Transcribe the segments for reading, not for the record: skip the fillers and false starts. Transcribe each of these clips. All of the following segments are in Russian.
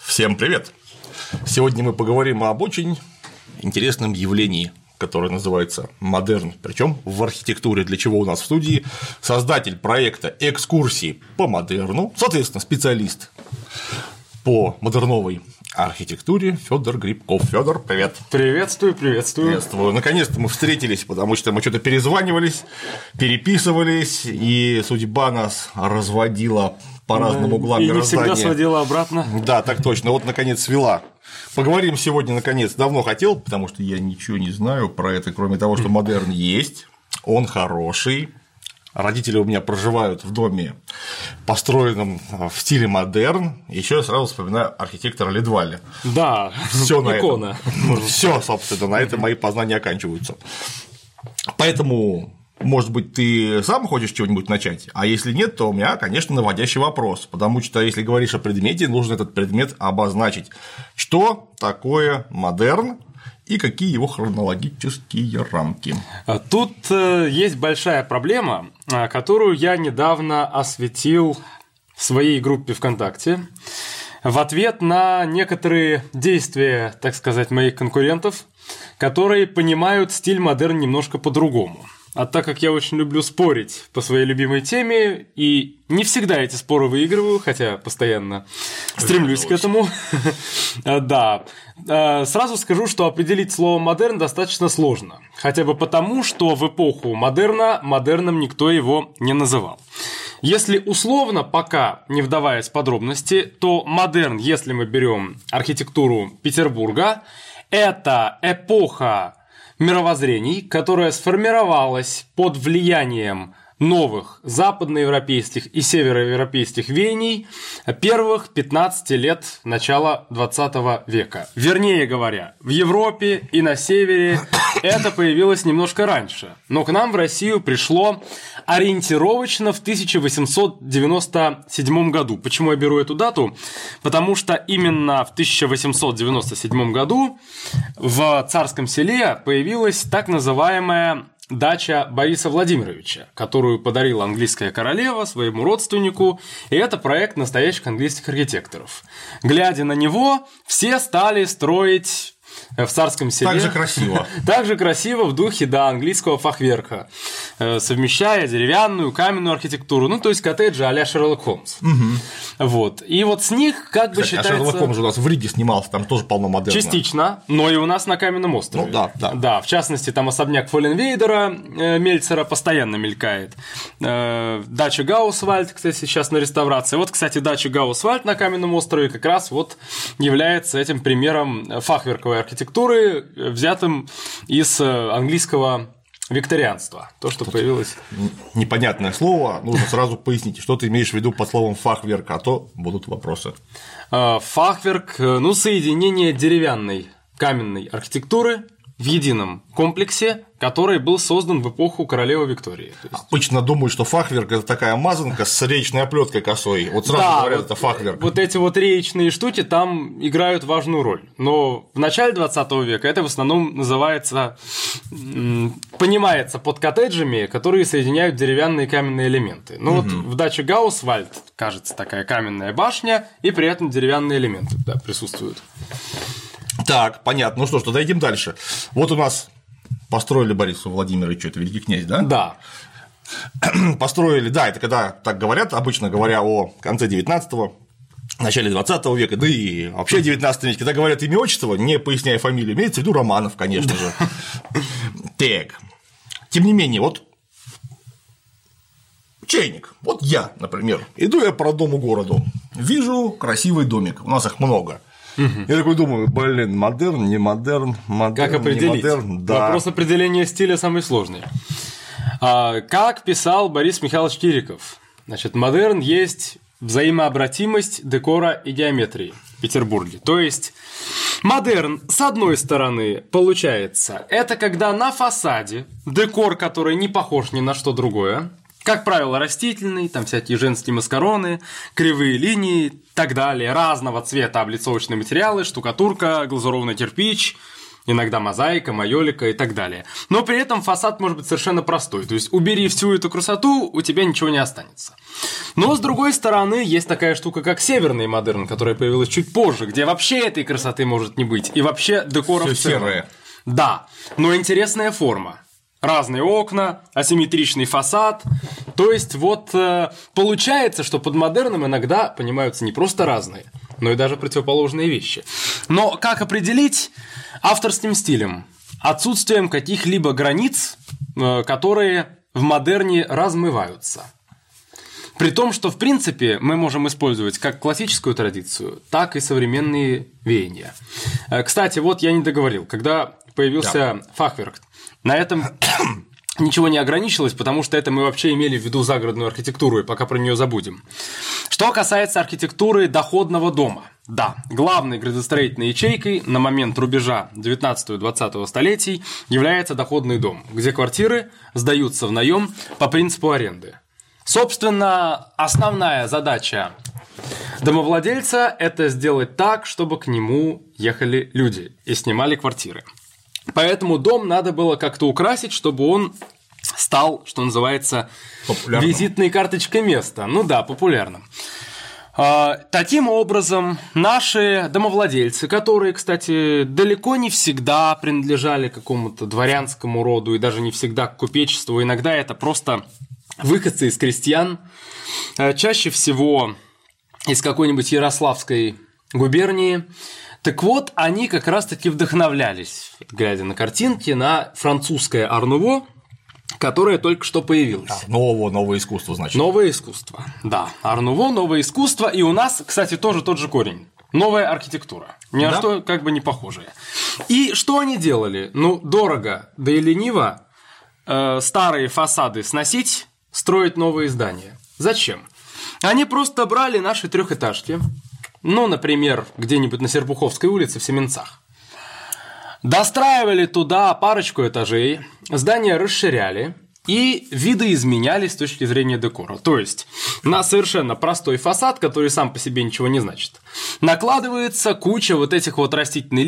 Всем привет! Сегодня мы поговорим об очень интересном явлении, которое называется модерн, причем в архитектуре, для чего у нас в студии создатель проекта экскурсии по модерну, соответственно, специалист по модерновой архитектуре Федор Грибков. Федор, привет. Приветствую. Наконец-то мы встретились, потому что мы что-то перезванивались, переписывались, и судьба нас разводила по разным углам мироздания. И не всегда сводила обратно. Да, так точно. Вот, наконец, свела. Поговорим сегодня, наконец, давно хотел, потому что я ничего не знаю про это, кроме того, что модерн есть, он хороший. Родители у меня проживают в доме, построенном в стиле модерн. Еще я сразу вспоминаю архитектора Лидвалля. Да, все на икона. Все, собственно, на этом мои познания оканчиваются. Поэтому, может быть, ты сам хочешь чего-нибудь начать, а если нет, то у меня, конечно, наводящий вопрос, потому что, если говоришь о предмете, нужно этот предмет обозначить. Что такое модерн? И какие его хронологические рамки? Тут есть большая проблема, которую я недавно осветил в своей группе ВКонтакте в ответ на некоторые действия, так сказать, моих конкурентов, которые понимают стиль модерн немножко по-другому. А так как я очень люблю спорить по своей любимой теме, и не всегда эти споры выигрываю, хотя постоянно стремлюсь к этому, да, сразу скажу, что определить слово «модерн» достаточно сложно, хотя бы потому, что в эпоху модерна модерном никто его не называл. Если условно, пока не вдаваясь в подробности, то модерн, если мы берем архитектуру Петербурга, это эпоха мировоззрений, которое сформировалось под влиянием новых западноевропейских и североевропейских веяний первых 15 лет начала 20 века. Вернее говоря, в Европе и на севере это появилось немножко раньше, но к нам в Россию пришло ориентировочно в 1897 году. Почему я беру эту дату? Потому что именно в 1897 году в Царском Селе появилась так называемая дача Бориса Владимировича, которую подарила английская королева своему родственнику, и это проект настоящих английских архитекторов. Глядя на него, все стали строить в Царском Селе. Так же красиво. Так же красиво в духе, да, английского фахверка, совмещая деревянную, каменную архитектуру, ну, то есть коттеджи а-ля Шерлок Холмс. Вот. И вот с них как бы считается... А Шерлок Холмс у нас в Риге снимался, там тоже полно модерна. Частично, но и у нас на Каменном острове. Ну, да. Да, в частности, там особняк Фолленвейдера Мельцера постоянно мелькает. Дача Гаусвальд, кстати, сейчас на реставрации. Вот, кстати, дача Гаусвальд на Каменном острове как раз вот является этим примером фахверковой архитектуры, взятым из английского викторианства. То, что появилось. Непонятное слово, нужно сразу пояснить, что ты имеешь в виду под словом фахверк, а то будут вопросы. Фахверк, ну, соединение деревянной каменной архитектуры в едином комплексе, который был создан в эпоху королевы Виктории. Обычно думают, что фахверк – это такая мазанка с речной оплеткой косой. Вот сразу говорят, это фахверк. Вот эти вот реечные штуки там играют важную роль. Но в начале 20 века это в основном называется, понимается под коттеджами, которые соединяют деревянные и каменные элементы. Ну вот в даче Гаусвальд, кажется, такая каменная башня, и при этом деревянные элементы присутствуют. Так, понятно. Ну что ж, то дойдем дальше. Вот у нас построили Борису Владимировичу, это великий князь, да? Да. Построили, да, это когда так говорят, обычно говоря о конце 19-го, начале 20 века, да и вообще 19 веке, когда говорят имя отчество, не поясняя фамилию, имеется в виду Романов, конечно же. Так. Тем не менее, вот чайник. Вот я, например, иду я по родному городу, вижу красивый домик, у нас их много. Я такой думаю, модерн, не модерн, как определить? Не модерн, да. Вопрос определения стиля самый сложный. Как писал Борис Михайлович Кириков, значит, модерн есть взаимообратимость декора и геометрии в Петербурге. То есть модерн, с одной стороны, получается, это когда на фасаде декор, который не похож ни на что другое, как правило, растительный, там всякие женские маскароны, кривые линии и так далее, разного цвета облицовочные материалы, штукатурка, глазурованный кирпич, иногда мозаика, майолика и так далее. Но при этом фасад может быть совершенно простой. То есть убери всю эту красоту, у тебя ничего не останется. Но с другой стороны, есть такая штука, как северный модерн, которая появилась чуть позже, где вообще этой красоты может не быть. И вообще декора в целом. Серое. Да, но интересная форма. Разные окна, асимметричный фасад. То есть вот получается, что под модерном иногда понимаются не просто разные, но и даже противоположные вещи. Но как определить авторским стилем? Отсутствием каких-либо границ, которые в модерне размываются. При том, что в принципе мы можем использовать как классическую традицию, так и современные веяния. Кстати, вот я не договорил, когда появился фахверк, на этом ничего не ограничилось, потому что это мы вообще имели в виду загородную архитектуру, и пока про нее забудем. Что касается архитектуры доходного дома. Да, главной градостроительной ячейкой на момент рубежа 19-20 столетий является доходный дом, где квартиры сдаются в наем по принципу аренды. Собственно, основная задача домовладельца – это сделать так, чтобы к нему ехали люди и снимали квартиры. Поэтому дом надо было как-то украсить, чтобы он стал, что называется, визитной карточкой места. Ну да, популярным. Таким образом, наши домовладельцы, которые, кстати, далеко не всегда принадлежали какому-то дворянскому роду и даже не всегда к купечеству, иногда это просто выходцы из крестьян, чаще всего из какой-нибудь Ярославской губернии. Так вот, они как раз-таки вдохновлялись, глядя на картинки, на французское ар-нуво, которое только что появилось. Новое искусство, значит. Новое искусство, да. Ар-нуво, новое искусство. И у нас, кстати, тоже тот же корень. Новая архитектура. Ни на что как бы не похожая. И что они делали? Ну, дорого, да и лениво старые фасады сносить, строить новые здания. Зачем? Они просто брали наши трехэтажки, ну, например, где-нибудь на Серпуховской улице в Семенцах. Достраивали туда парочку этажей, здания расширяли и видоизменяли с точки зрения декора. То есть на совершенно простой фасад, который сам по себе ничего не значит, накладывается куча вот этих вот растительных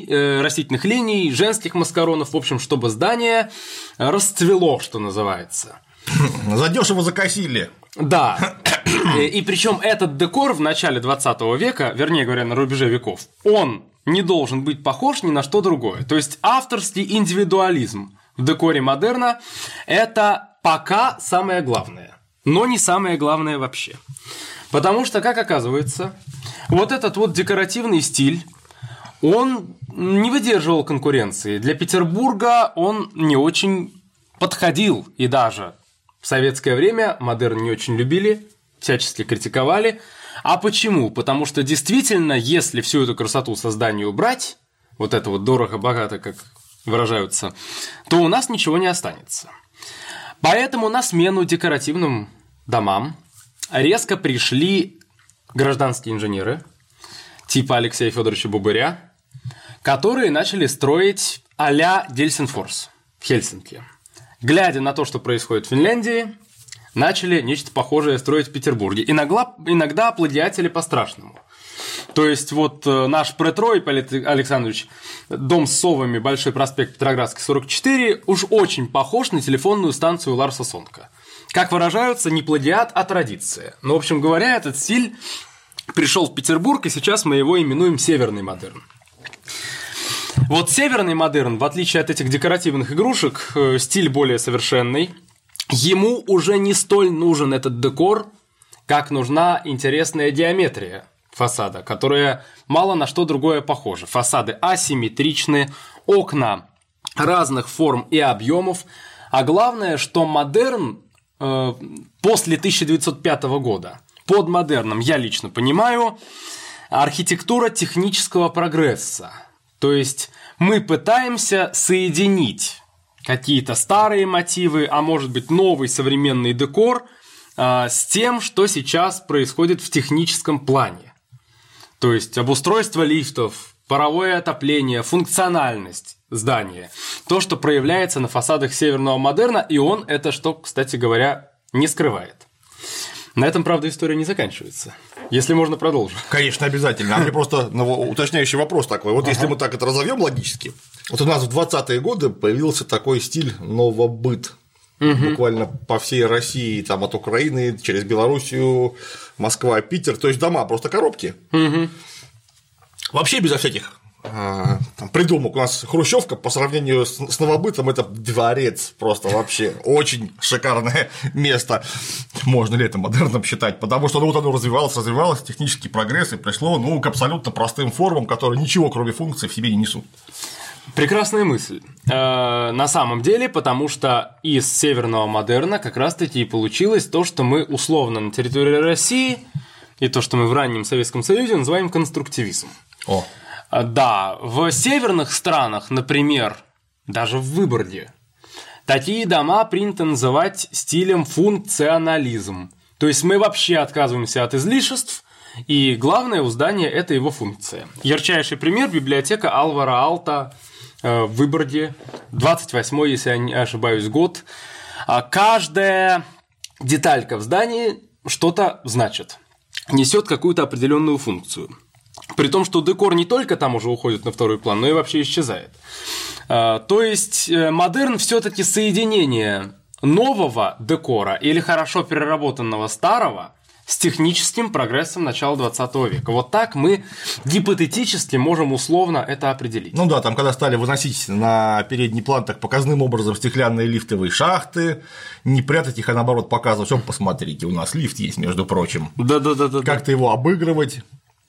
линий, женских маскаронов, в общем, чтобы здание расцвело, что называется. Задешево закосили. Да. И причем этот декор в начале 20 века, вернее говоря, на рубеже веков, он не должен быть похож ни на что другое. То есть авторский индивидуализм в декоре модерна – это пока самое главное, но не самое главное вообще. Потому что, как оказывается, вот этот вот декоративный стиль, он не выдерживал конкуренции. Для Петербурга он не очень подходил, и даже в советское время модерн не очень любили, всячески критиковали. А почему? Потому что действительно, если всю эту красоту создания убрать, вот это вот дорого-богато, как выражаются, то у нас ничего не останется. Поэтому на смену декоративным домам резко пришли гражданские инженеры, типа Алексея Федоровича Бубыря, которые начали строить а-ля Гельсинфорс в Хельсинки. Глядя на то, что происходит в Финляндии, начали нечто похожее строить в Петербурге. Иногда плагиатели по-страшному. То есть, вот наш Претрой, Ипполит Александрович, дом с совами, Большой проспект Петроградский, 44, уж очень похож на телефонную станцию Ларса Сонка. Как выражаются, не плагиат, а традиция. Но, в общем говоря, этот стиль пришел в Петербург, и сейчас мы его именуем северный модерн. Вот северный модерн, в отличие от этих декоративных игрушек, стиль более совершенный. Ему уже не столь нужен этот декор, как нужна интересная геометрия фасада, которая мало на что другое похожа. Фасады асимметричны, окна разных форм и объемов. А главное, что модерн после 1905 года, под модерном я лично понимаю, архитектура технического прогресса. То есть мы пытаемся соединить какие-то старые мотивы, а может быть новый современный декор с тем, что сейчас происходит в техническом плане. То есть обустройство лифтов, паровое отопление, функциональность здания. То, что проявляется на фасадах северного модерна, и он это, что, кстати говоря, не скрывает. На этом, правда, история не заканчивается. Если можно, продолжу. Конечно, обязательно. А мне просто уточняющий вопрос такой. Вот если мы так это разовьем логически, вот у нас в 20-е годы появился такой стиль новобыт. Буквально по всей России, там от Украины через Белоруссию, Москва, Питер, то есть дома просто коробки. Вообще безо всяких там, придумок. У нас хрущевка по сравнению с новобытом это дворец, просто вообще очень шикарное место. Можно ли это модерном считать? Потому что вот оно развивалось, технический прогресс, и пришло к абсолютно простым формам, которые ничего, кроме функций, в себе не несут. Прекрасная мысль. На самом деле, потому что из северного модерна как раз-таки и получилось то, что мы условно на территории России, и то, что мы в раннем Советском Союзе называем конструктивизмом. Да, в северных странах, например, даже в Выборге, такие дома принято называть стилем функционализм. То есть мы вообще отказываемся от излишеств, и главное у здания – это его функция. Ярчайший пример – библиотека Алвара Алта в Выборге, 28-й, если я не ошибаюсь, год. Каждая деталька в здании что-то значит, несет какую-то определенную функцию. При том, что декор не только там уже уходит на второй план, но и вообще исчезает. То есть модерн все-таки соединение нового декора или хорошо переработанного старого с техническим прогрессом начала 20 века. Вот так мы гипотетически можем условно это определить. Ну да, там когда стали выносить на передний план так показным образом стеклянные лифтовые шахты, не прятать их, а наоборот показывать, вот посмотрите, у нас лифт есть, между прочим. Да. Как-то его обыгрывать.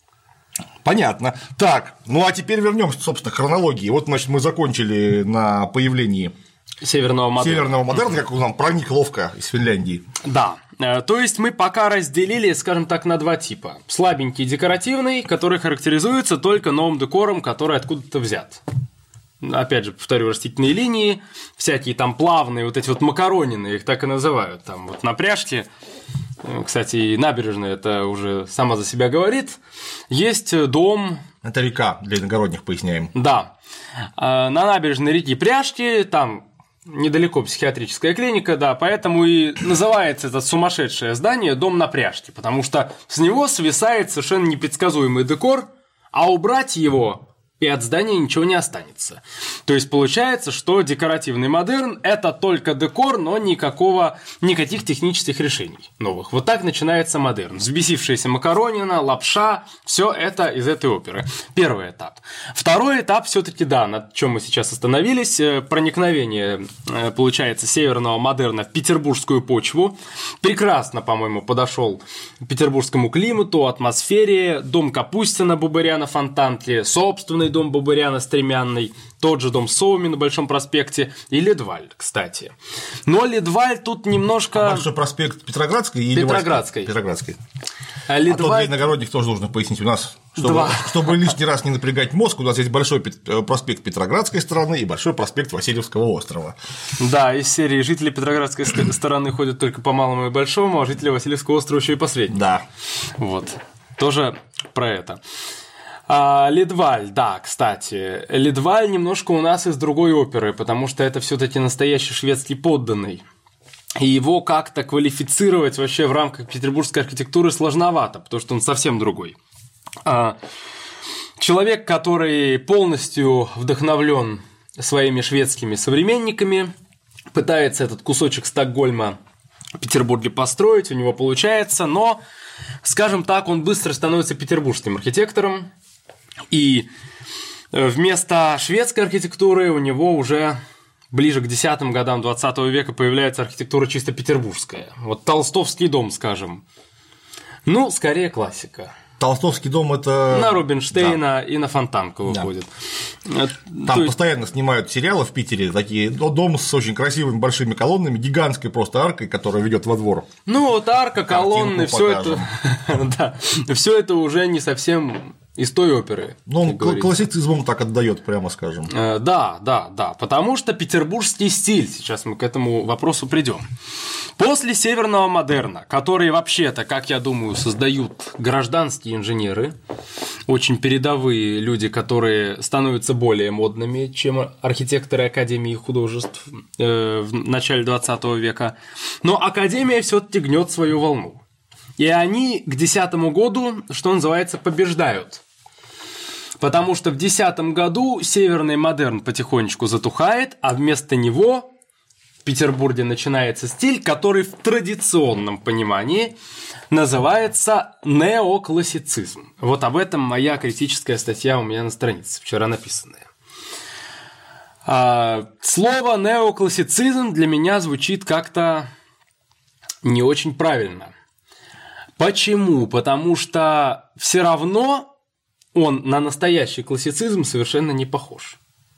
Понятно. Так, ну а теперь вернемся, собственно, к хронологии. Вот, значит, мы закончили на появлении северного модерна, как он нам проник ловко из Финляндии. Да. То есть мы пока разделили, скажем так, на два типа. Слабенький декоративный, который характеризуется только новым декором, который откуда-то взят. Опять же, повторю, растительные линии, всякие там плавные, вот эти вот макаронины, их так и называют. Там вот на пряжке, кстати, набережная это уже сама за себя говорит, есть дом. Это река, для иногородних поясняем. Да. На набережной реки Пряжки, там недалеко психиатрическая клиника, да, поэтому и называется это сумасшедшее здание «Дом на Пряжке», потому что с него свисает совершенно непредсказуемый декор, а убрать его и от здания ничего не останется. То есть получается, что декоративный модерн – это только декор, но никаких технических решений новых. Вот так начинается модерн. Взбесившаяся макаронина, лапша – все это из этой оперы. Первый этап. Второй этап все-таки, да, на чем мы сейчас остановились, проникновение, получается, северного модерна в петербургскую почву. Прекрасно, по-моему, подошел петербургскому климату, атмосфере, дом Капустина, Бабыряна, Фонтанки, собственный дом Бабыряна, Стремянный, тот же дом Соуми на Большом проспекте и Ледваль, кстати. Но Ледваль тут немножко… Большой проспект Петроградской или Петроградской. Петроградской. Ледваль… А то для иногородних тоже нужно пояснить. У нас, чтобы лишний раз не напрягать мозг, у нас есть большой проспект Петроградской стороны и большой проспект Васильевского острова. Да, из серии жители Петроградской стороны ходят только по малому и большому, а жители Васильевского острова еще и последние. Да. Вот. Тоже про это. Ледваль, да, кстати. Ледваль немножко у нас из другой оперы, потому что это все-таки настоящий шведский подданный. И его как-то квалифицировать вообще в рамках петербургской архитектуры сложновато, потому что он совсем другой. Человек, который полностью вдохновлен своими шведскими современниками, пытается этот кусочек Стокгольма в Петербурге построить, у него получается, но, скажем так, он быстро становится петербургским архитектором, и вместо шведской архитектуры у него уже ближе к 10-м годам 20 века появляется архитектура чисто петербургская. Вот Толстовский дом, скажем. Ну, скорее классика. Толстовский дом – это… На Рубинштейна, да, и на Фонтанку выходит. Да. Там постоянно снимают сериалы в Питере, такие, дом с очень красивыми большими колоннами, гигантской просто аркой, которая ведет во двор. Ну, вот арка, колонны, все это… Да, все это уже не совсем из той оперы. Ну, он классицизмом так отдает, прямо скажем. Да, потому что петербургский стиль, сейчас мы к этому вопросу придем. После северного модерна, который вообще-то, как я думаю, создают гражданские инженеры, очень передовые люди, которые становятся более модными, чем архитекторы Академии художеств в начале 20 века, но Академия все-таки гнет свою волну. И они к 2010 году, что называется, побеждают. Потому что в 2010 году северный модерн потихонечку затухает, а вместо него в Петербурге начинается стиль, который в традиционном понимании называется неоклассицизм. Вот об этом моя критическая статья у меня на странице, вчера написанная. Слово неоклассицизм для меня звучит как-то не очень правильно. Почему? Потому что все равно он на настоящий классицизм совершенно не похож.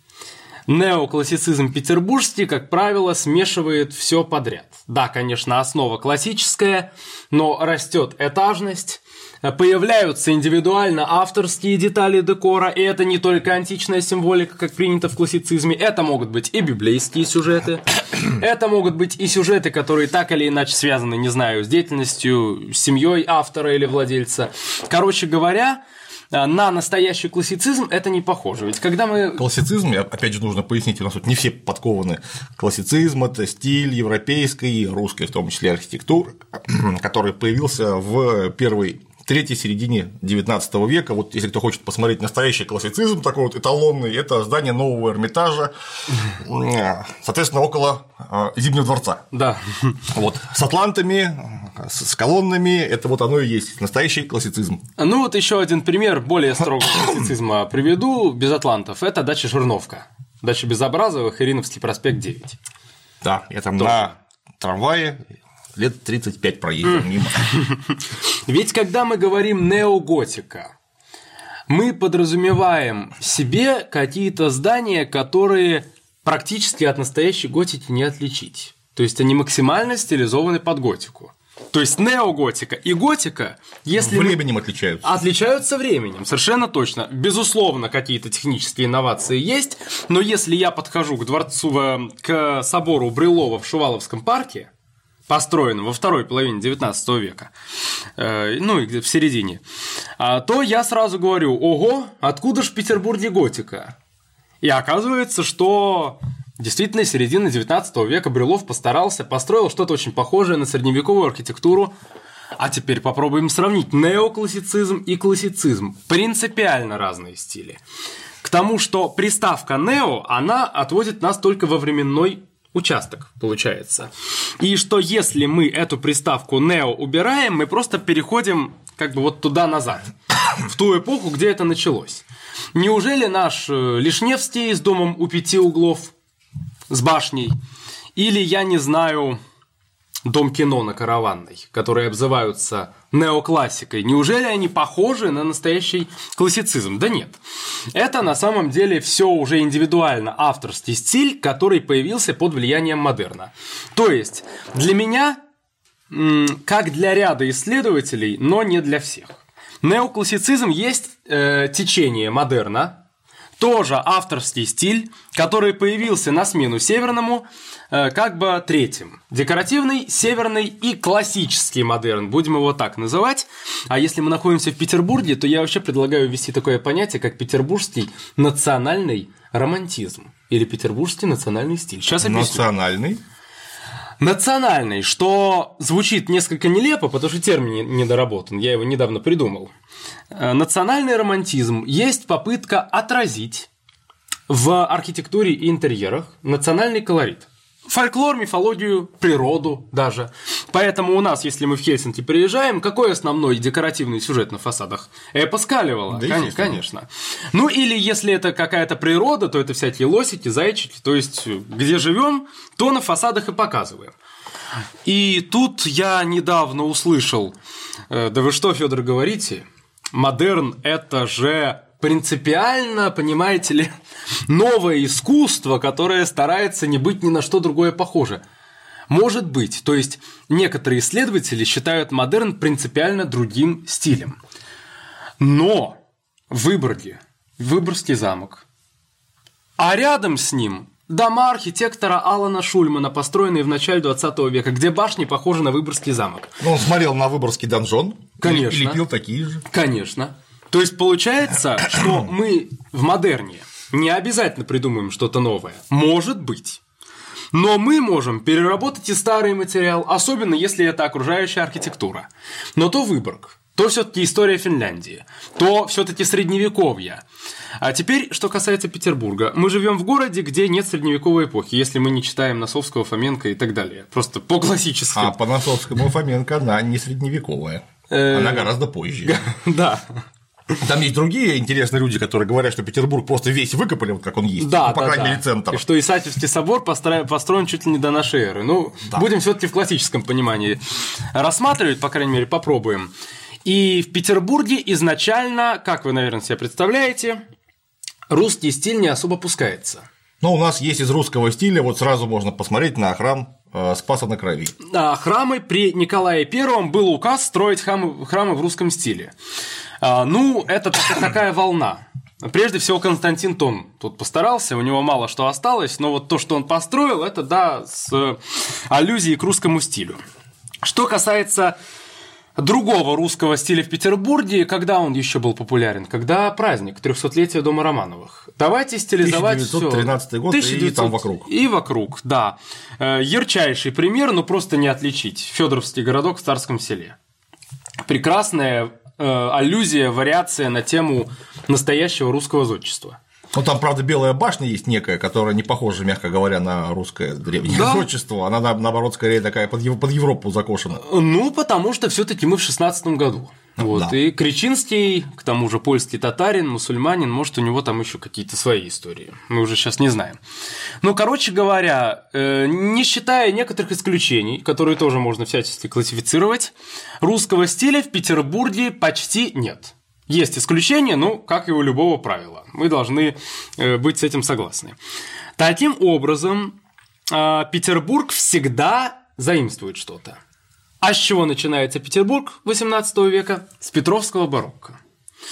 Неоклассицизм петербургский, как правило, смешивает все подряд. Да, конечно, основа классическая, но растет этажность, появляются индивидуально авторские детали декора, и это не только античная символика, как принято в классицизме, это могут быть и библейские сюжеты, это могут быть и сюжеты, которые так или иначе связаны, не знаю, с деятельностью, с семьей автора или владельца. Короче говоря, на настоящий классицизм это не похоже. Ведь когда мы... Классицизм, опять же, нужно пояснить, у нас тут не все подкованы. Классицизм – это стиль европейской и русской, в том числе архитектуры, который появился в третьей середине 19 века. Вот если кто хочет посмотреть настоящий классицизм, такой вот эталонный, это здание Нового Эрмитажа, соответственно, около Зимнего дворца. Да. Вот, с атлантами, с колоннами, это вот оно и есть, настоящий классицизм. Ну вот еще один пример более строгого классицизма приведу, без атлантов, это дача Жирновка, дача Безобразовых, Ириновский проспект 9. Да, я там на трамвае лет 35 проездил мимо. Ведь когда мы говорим неоготика, мы подразумеваем в себе какие-то здания, которые практически от настоящей готики не отличить. То есть они максимально стилизованы под готику. То есть неоготика и готика, если временем отличаются. Отличаются временем, совершенно точно. Безусловно, какие-то технические инновации есть, но если я подхожу к дворцу, к собору Брюлова в Шуваловском парке, построенном во второй половине 19 века, ну и в середине, то я сразу говорю: ого, откуда ж в Петербурге готика? И оказывается, что действительно, с середины 19 века Брюлов постарался, построил что-то очень похожее на средневековую архитектуру. А теперь попробуем сравнить неоклассицизм и классицизм. Принципиально разные стили. К тому, что приставка «нео», она отводит нас только во временной участок, получается. И что если мы эту приставку «нео» убираем, мы просто переходим как бы вот туда-назад, в ту эпоху, где это началось. Неужели наш Лишневский с домом у 5 углов, с башней, или, я не знаю, Дом кино на Караванной, которые обзываются неоклассикой, неужели они похожи на настоящий классицизм? Да нет. Это на самом деле все уже индивидуально авторский стиль, который появился под влиянием модерна. То есть для меня, как для ряда исследователей, но не для всех. Неоклассицизм есть течение модерна, тоже авторский стиль, который появился на смену северному, как бы третьим. Декоративный, северный и классический модерн, будем его так называть. А если мы находимся в Петербурге, то я вообще предлагаю ввести такое понятие, как петербургский национальный романтизм или петербургский национальный стиль. Сейчас объясню. Национальный, что звучит несколько нелепо, потому что термин недоработан, я его недавно придумал. Национальный романтизм есть попытка отразить в архитектуре и интерьерах национальный колорит. Фольклор, мифологию, природу даже. Поэтому у нас, если мы в Хельсинки приезжаем, какой основной декоративный сюжет на фасадах? Эпос Калевала, да, конечно. Ну или если это какая-то природа, то это всякие лосики, зайчики, то есть где живем, то на фасадах и показываем. И тут я недавно услышал: да вы что, Федор, говорите? Модерн – это же принципиально, понимаете ли, новое искусство, которое старается не быть ни на что другое похоже. Может быть. То есть некоторые исследователи считают модерн принципиально другим стилем. Но в Выборге Выборгский замок, а рядом с ним дома архитектора Алана Шульмана, построенные в начале 20 века, где башни похожи на Выборгский замок. Ну, он смотрел на Выборгский донжон. Конечно. И лепил такие же. Конечно. То есть получается, что мы в модерне не обязательно придумаем что-то новое. Может быть. Но мы можем переработать и старый материал, особенно если это окружающая архитектура. Но то Выборг, то все-таки история Финляндии, то все-таки средневековье. А теперь, что касается Петербурга. Мы живем в городе, где нет средневековой эпохи, если мы не читаем Носовского, Фоменко и так далее. Просто по классическому. А по Носовскому Фоменко она не средневековая. Она гораздо позже. Да. Там есть другие интересные люди, которые говорят, что Петербург просто весь выкопали, вот как он есть, да, по крайней мере, центр. И что Исаакиевский собор построен чуть ли не до нашей эры. Ну, будем все-таки в классическом понимании рассматривать, по крайней мере, попробуем. И в Петербурге изначально, как вы, наверное, себе представляете, русский стиль не особо пускается. Но у нас есть из русского стиля, вот сразу можно посмотреть на храм Спаса на Крови. Да, храмы при Николае I был указ строить храмы в русском стиле. Ну, это такая волна. Прежде всего, Константин Тон тут постарался, у него мало что осталось, но вот то, что он построил, это, да, с аллюзией к русскому стилю. Что касается другого русского стиля в Петербурге, когда он еще был популярен? Когда праздник 300-летия дома Романовых. Давайте стилизовать 1913 год 1900... и там вокруг. И вокруг, да. Ярчайший пример, но просто не отличить. Федоровский городок в Царском Селе. Прекрасная аллюзия, вариация на тему настоящего русского зодчества. Ну, там, правда, белая башня есть некая, которая не похожа, мягко говоря, на русское древнее зодчество. Она, наоборот, скорее такая под Европу закошена. Ну, потому что все-таки мы в 16-м году. Вот. Да. И Кричинский, к тому же польский татарин, мусульманин, может, у него там еще какие-то свои истории. Мы уже сейчас не знаем. Ну, короче говоря, не считая некоторых исключений, которые тоже можно всячески классифицировать, русского стиля в Петербурге почти нет. Есть исключения, ну, как и у любого правила. Мы должны быть с этим согласны. Таким образом, Петербург всегда заимствует что-то. А с чего начинается Петербург XVIII века? С Петровского барокко.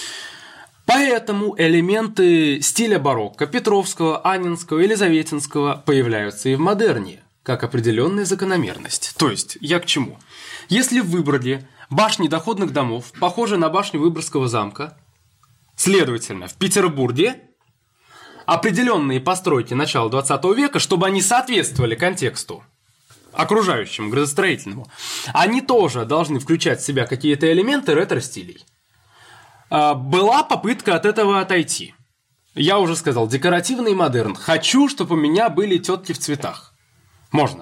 Поэтому элементы стиля барокко, Петровского, Анненского, Елизаветинского появляются и в модерне, как определенная закономерность. То есть, я к чему? Если в Выборге башни доходных домов похожи на башню Выборгского замка, следовательно, в Петербурге определенные постройки начала XX века, чтобы они соответствовали контексту окружающему, градостроительному, они тоже должны включать в себя какие-то элементы ретро-стилей. Была попытка от этого отойти. Я уже сказал, декоративный модерн. Хочу, чтобы у меня были тетки в цветах. Можно.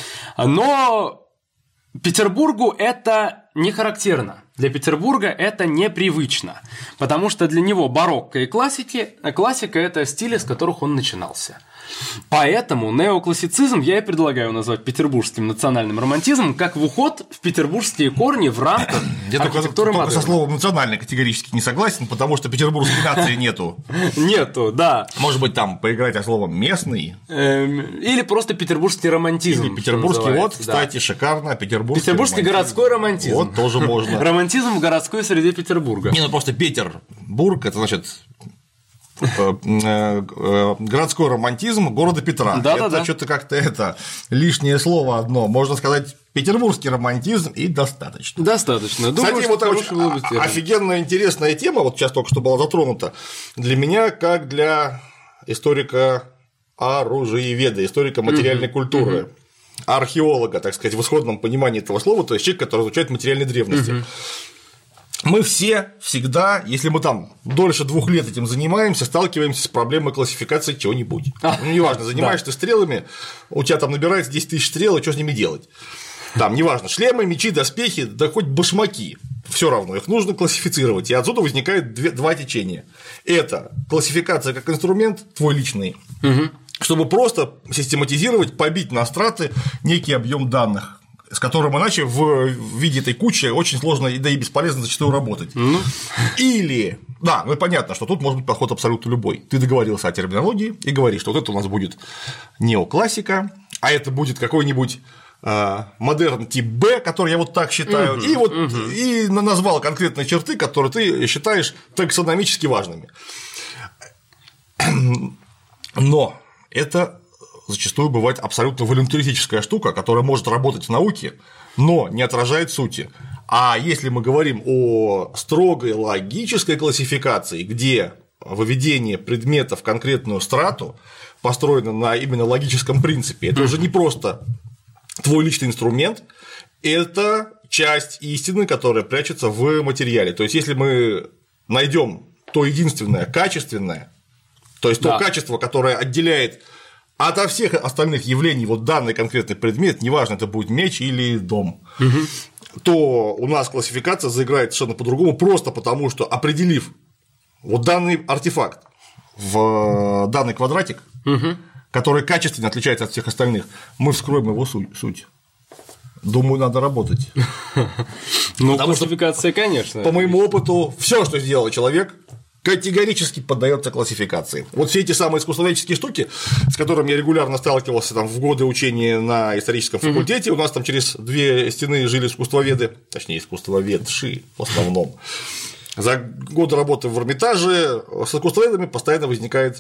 Но Петербургу это не характерно. Для Петербурга это непривычно. Потому что для него барокко и классика – это стили, с которых он начинался. Поэтому неоклассицизм я и предлагаю назвать петербургским национальным романтизмом как в уход в петербургские корни в рамках архитектуры модерна. Я со словом «национальный» категорически не согласен, потому что петербургской нации нету. Нету, да. Может быть, там поиграть о словом «местный». Или просто петербургский романтизм. Или петербургский, вот, кстати, шикарно, петербургский городской романтизм. Вот, тоже можно. Романтизм в городской среде Петербурга. Не, ну просто Петербург – это значит городской романтизм города Петра. Это что-то как-то лишнее слово одно. Можно сказать петербургский романтизм и достаточно. Достаточно. Кстати, вот офигенно интересная тема, вот сейчас только что была затронута, для меня, как для историка оружиеведа, историка материальной культуры, археолога, так сказать, в исходном понимании этого слова, то есть человек, который изучает материальные древности. Мы все всегда, если мы там дольше 2 лет этим занимаемся, сталкиваемся с проблемой классификации чего-нибудь. Ну, неважно, занимаешься ты стрелами, у тебя там набирается 10 тысяч стрел, и что с ними делать? Там, неважно, шлемы, мечи, доспехи, да хоть башмаки, все равно их нужно классифицировать. И отсюда возникает 2 течения. Это классификация как инструмент твой личный, чтобы просто систематизировать, побить на страты некий объем данных, с которым иначе в виде этой кучи очень сложно, да и бесполезно зачастую работать. Или, да, ну и понятно, что тут может быть подход абсолютно любой. Ты договорился о терминологии и говоришь, что вот это у нас будет неоклассика, а это будет какой-нибудь модерн тип Б, который я вот так считаю, и вот и назвал конкретные черты, которые ты считаешь таксономически важными. Но это зачастую бывает абсолютно волюнтаристическая штука, которая может работать в науке, но не отражает сути. А если мы говорим о строгой логической классификации, где выведение предмета в конкретную страту построено на именно логическом принципе. Это уже не просто твой личный инструмент, это часть истины, которая прячется в материале. То есть, если мы найдем то единственное качественное, то есть то качество, которое отделяет ото всех остальных явлений вот данный конкретный предмет, неважно, это будет меч или дом, то у нас классификация заиграет совершенно по-другому, просто потому что, определив вот данный артефакт в данный квадратик, который качественно отличается от всех остальных, мы вскроем его суть. Думаю, надо работать. Ну, классификация, конечно. По моему опыту, все, что сделал человек, категорически поддается классификации. Вот все эти самые искусствоведческие штуки, с которыми я регулярно сталкивался там, в годы учения на историческом факультете, у нас там через 2 стены жили искусствоведы, точнее, искусствоведши в основном. За годы работы в Эрмитаже с искусствоведами постоянно возникает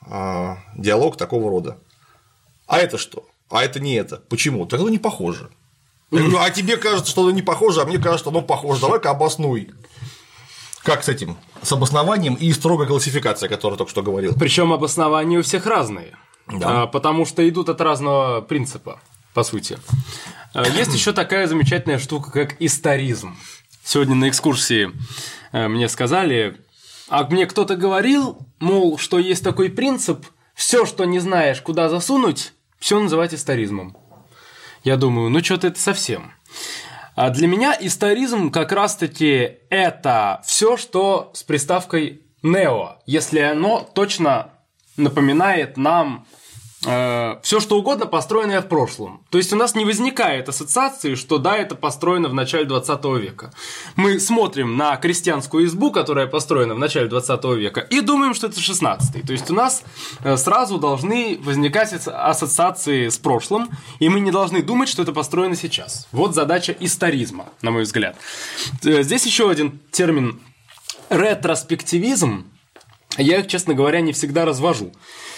диалог такого рода. А это что? А это не это. Почему? Так оно не похоже. Я говорю, а тебе кажется, что оно не похоже, а мне кажется, что оно похоже. Давай-ка обоснуй. Как с этим? С обоснованием и строгой классификацией, о которой только что говорил. Причем обоснования у всех разные. Да. Потому что идут от разного принципа, по сути. Есть еще такая замечательная штука, как историзм. Сегодня на экскурсии мне сказали, а мне кто-то говорил, мол, что есть такой принцип, все, что не знаешь, куда засунуть, все называть историзмом. Я думаю, ну что-то это совсем. А для меня историзм как раз-таки это все, что с приставкой «нео», если оно точно напоминает нам все, что угодно, построенное в прошлом. То есть у нас не возникает ассоциации, что да, это построено в начале 20 века. Мы смотрим на крестьянскую избу, которая построена в начале 20 века, и думаем, что это 16-й. То есть у нас сразу должны возникать ассоциации с прошлым, и мы не должны думать, что это построено сейчас. Вот задача историзма, на мой взгляд. Здесь еще один термин – ретроспективизм. Я их, честно говоря, не всегда развожу.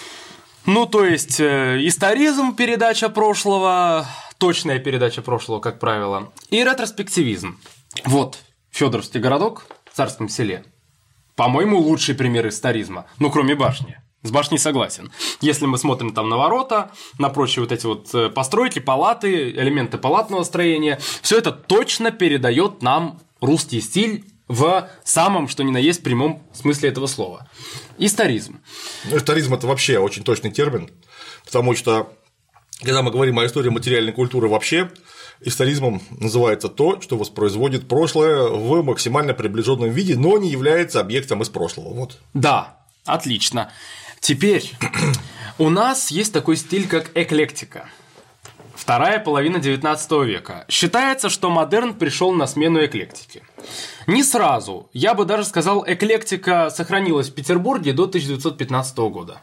Ну, то есть, историзм – передача прошлого, точная передача прошлого, как правило, и ретроспективизм. Вот Фёдоровский городок в Царском Селе. По-моему, лучший пример историзма, ну, кроме башни. С башней согласен. Если мы смотрим там на ворота, на прочие вот эти вот постройки, палаты, элементы палатного строения, все это точно передает нам русский стиль в самом, что ни на есть, прямом смысле этого слова. Историзм. Ну, историзм – это вообще очень точный термин, потому что, когда мы говорим о истории материальной культуры вообще, историзмом называется то, что воспроизводит прошлое в максимально приближенном виде, но не является объектом из прошлого. Вот. Да, отлично. Теперь у нас есть такой стиль, как эклектика. Вторая половина XIX века. Считается, что модерн пришел на смену эклектике. Не сразу. Я бы даже сказал, эклектика сохранилась в Петербурге до 1915 года.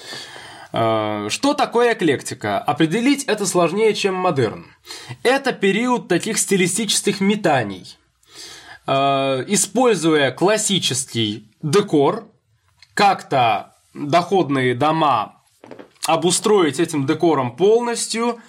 Что такое эклектика? Определить это сложнее, чем модерн. Это период таких стилистических метаний. Используя классический декор, как-то доходные дома обустроить этим декором полностью.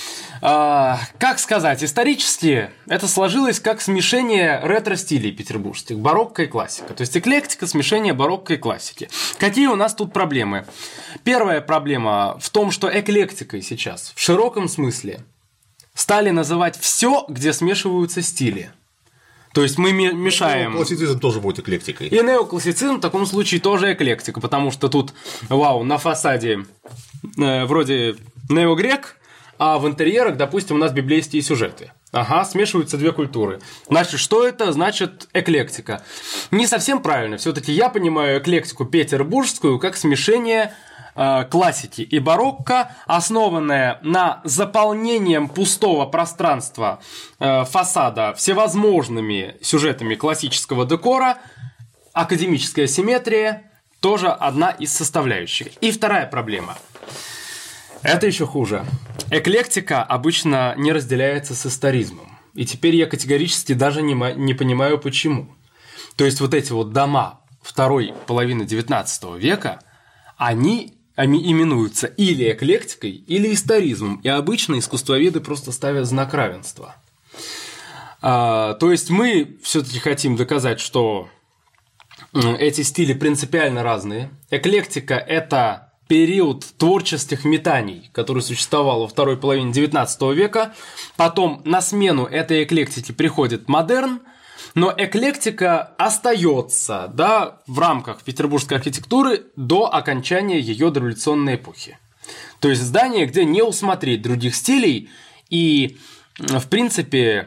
Как сказать, исторически это сложилось как смешение ретро-стилей петербургских, барокко и классика. То есть эклектика, смешение барокко и классики. Какие у нас тут проблемы? Первая проблема в том, что эклектикой сейчас в широком смысле стали называть все, где смешиваются стили. То есть мы мешаем… Неоклассицизм тоже будет эклектикой. И неоклассицизм в таком случае тоже эклектика, потому что тут, на фасаде вроде неогрек, а в интерьерах, допустим, у нас библейские сюжеты. Ага, смешиваются две культуры. Значит, что это? Значит, эклектика. Не совсем правильно. Все-таки я понимаю эклектику петербургскую как смешение классики и барокко, основанное на заполнением пустого пространства фасада всевозможными сюжетами классического декора. Академическая симметрия тоже одна из составляющих. И вторая проблема. Это еще хуже. Эклектика обычно не разделяется с историзмом. И теперь я категорически даже не понимаю, почему. То есть вот эти вот дома второй половины XIX века, они именуются или эклектикой, или историзмом. И обычно искусствоведы просто ставят знак равенства. То есть мы все-таки хотим доказать, что эти стили принципиально разные. Эклектика – это период творческих метаний, который существовал во второй половине XIX века. Потом на смену этой эклектике приходит модерн, но эклектика остается, да, в рамках петербургской архитектуры до окончания ее дореволюционной эпохи. То есть здание, где не усмотреть других стилей, и, в принципе,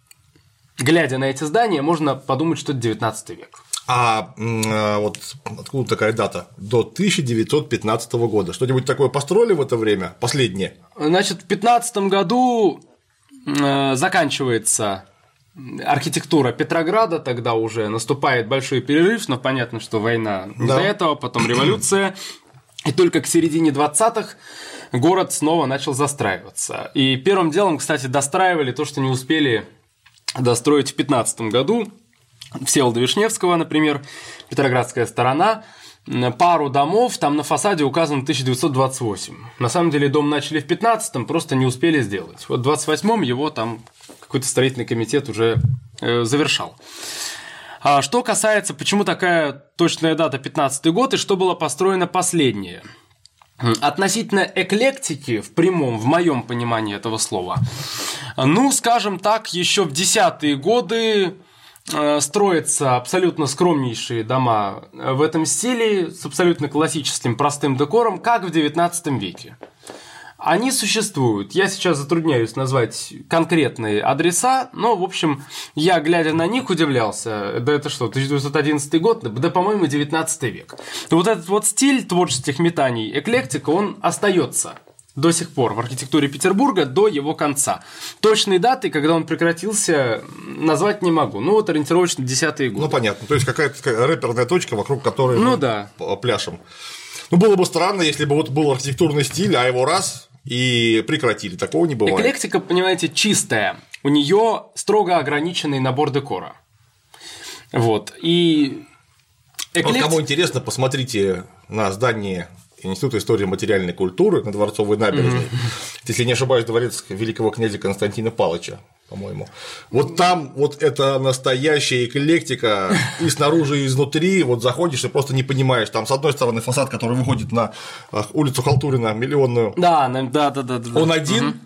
глядя на эти здания, можно подумать, что это 19 век. А вот откуда такая дата? До 1915 года. Что-нибудь такое построили в это время? Последнее? Значит, в 15 году заканчивается архитектура Петрограда, тогда уже наступает большой перерыв, но понятно, что война до этого, потом революция, и только к середине 20-х город снова начал застраиваться. И первым делом, кстати, достраивали то, что не успели достроить в 15 году. Всеволода Вишневского, например, Петроградская сторона, пару домов, там на фасаде указано 1928. На самом деле дом начали в 15-м, просто не успели сделать. Вот в 28-м его там какой-то строительный комитет уже завершал. А что касается, почему такая точная дата 15-й год и что было построено последнее? Относительно эклектики, в прямом, в моем понимании этого слова, ну, скажем так, еще в 10-е годы строятся абсолютно скромнейшие дома в этом стиле с абсолютно классическим простым декором, как в XIX веке. Они существуют. Я сейчас затрудняюсь назвать конкретные адреса, но, в общем, я, глядя на них, удивлялся. Да это что, 1911 год? Да, по-моему, 19 век. Вот этот вот стиль творческих метаний, эклектика, он остается до сих пор в архитектуре Петербурга до его конца. Точной даты, когда он прекратился, назвать не могу. Ну, вот ориентировочно 10-е годы. Ну, понятно. То есть, какая-то такая рэперная точка, вокруг которой мы пляшем. Ну, было бы странно, если бы вот был архитектурный стиль, а его раз и прекратили. Такого не бывает. Эклектика, понимаете, чистая. У нее строго ограниченный набор декора. Вот. И вот кому интересно, посмотрите на здание Института истории материальной культуры на Дворцовой набережной. Если не ошибаюсь, дворец великого князя Константина Павловича, по-моему. Вот там вот это настоящая эклектика и снаружи, и изнутри. Вот заходишь и просто не понимаешь. Там с одной стороны фасад, который выходит на улицу Халтурина, Миллионную. Да. Он один.